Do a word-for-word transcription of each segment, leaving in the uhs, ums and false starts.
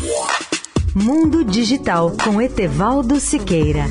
Mundo Digital com Etevaldo Siqueira.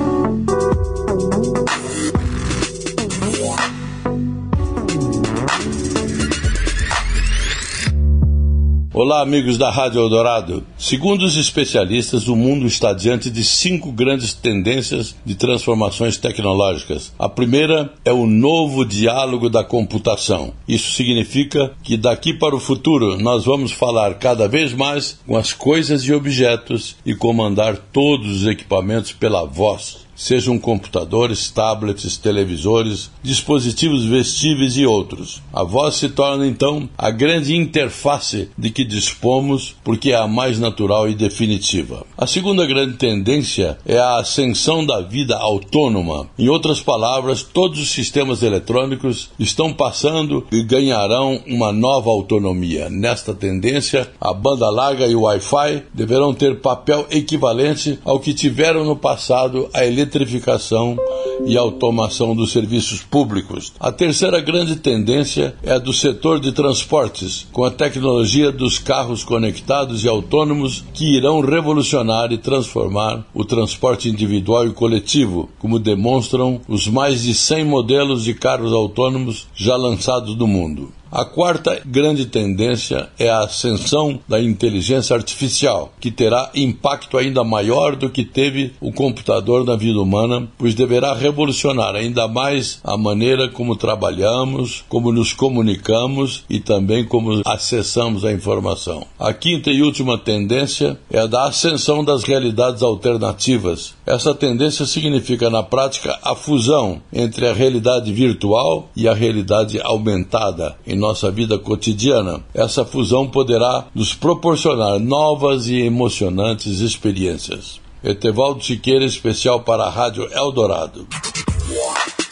Olá, amigos da Rádio Eldorado. Segundo os especialistas, o mundo está diante de cinco grandes tendências de transformações tecnológicas. A primeira é o novo diálogo da computação. Isso significa que daqui para o futuro nós vamos falar cada vez mais com as coisas e objetos e comandar todos os equipamentos pela voz. Sejam computadores, tablets, televisores, dispositivos vestíveis e outros. A voz se torna, então, a grande interface de que dispomos, porque é a mais natural e definitiva. A segunda grande tendência é a ascensão da vida autônoma. Em outras palavras, todos os sistemas eletrônicos estão passando e ganharão uma nova autonomia. Nesta tendência, a banda larga e o Wi-Fi deverão ter papel equivalente ao que tiveram no passado a eletricidade, eletrificação e automação dos serviços públicos. A terceira grande tendência é a do setor de transportes, com a tecnologia dos carros conectados e autônomos que irão revolucionar e transformar o transporte individual e coletivo, como demonstram os mais de cem modelos de carros autônomos já lançados no mundo. A quarta grande tendência é a ascensão da inteligência artificial, que terá impacto ainda maior do que teve o computador na vida humana, pois deverá revolucionar ainda mais a maneira como trabalhamos, como nos comunicamos e também como acessamos a informação. A quinta e última tendência é a da ascensão das realidades alternativas. Essa tendência significa, na prática, a fusão entre a realidade virtual e a realidade aumentada em nossa vida cotidiana. Essa fusão poderá nos proporcionar novas e emocionantes experiências. Etevaldo Siqueira, especial para a Rádio Eldorado.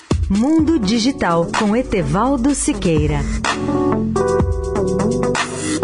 Mundo Digital com Etevaldo Siqueira.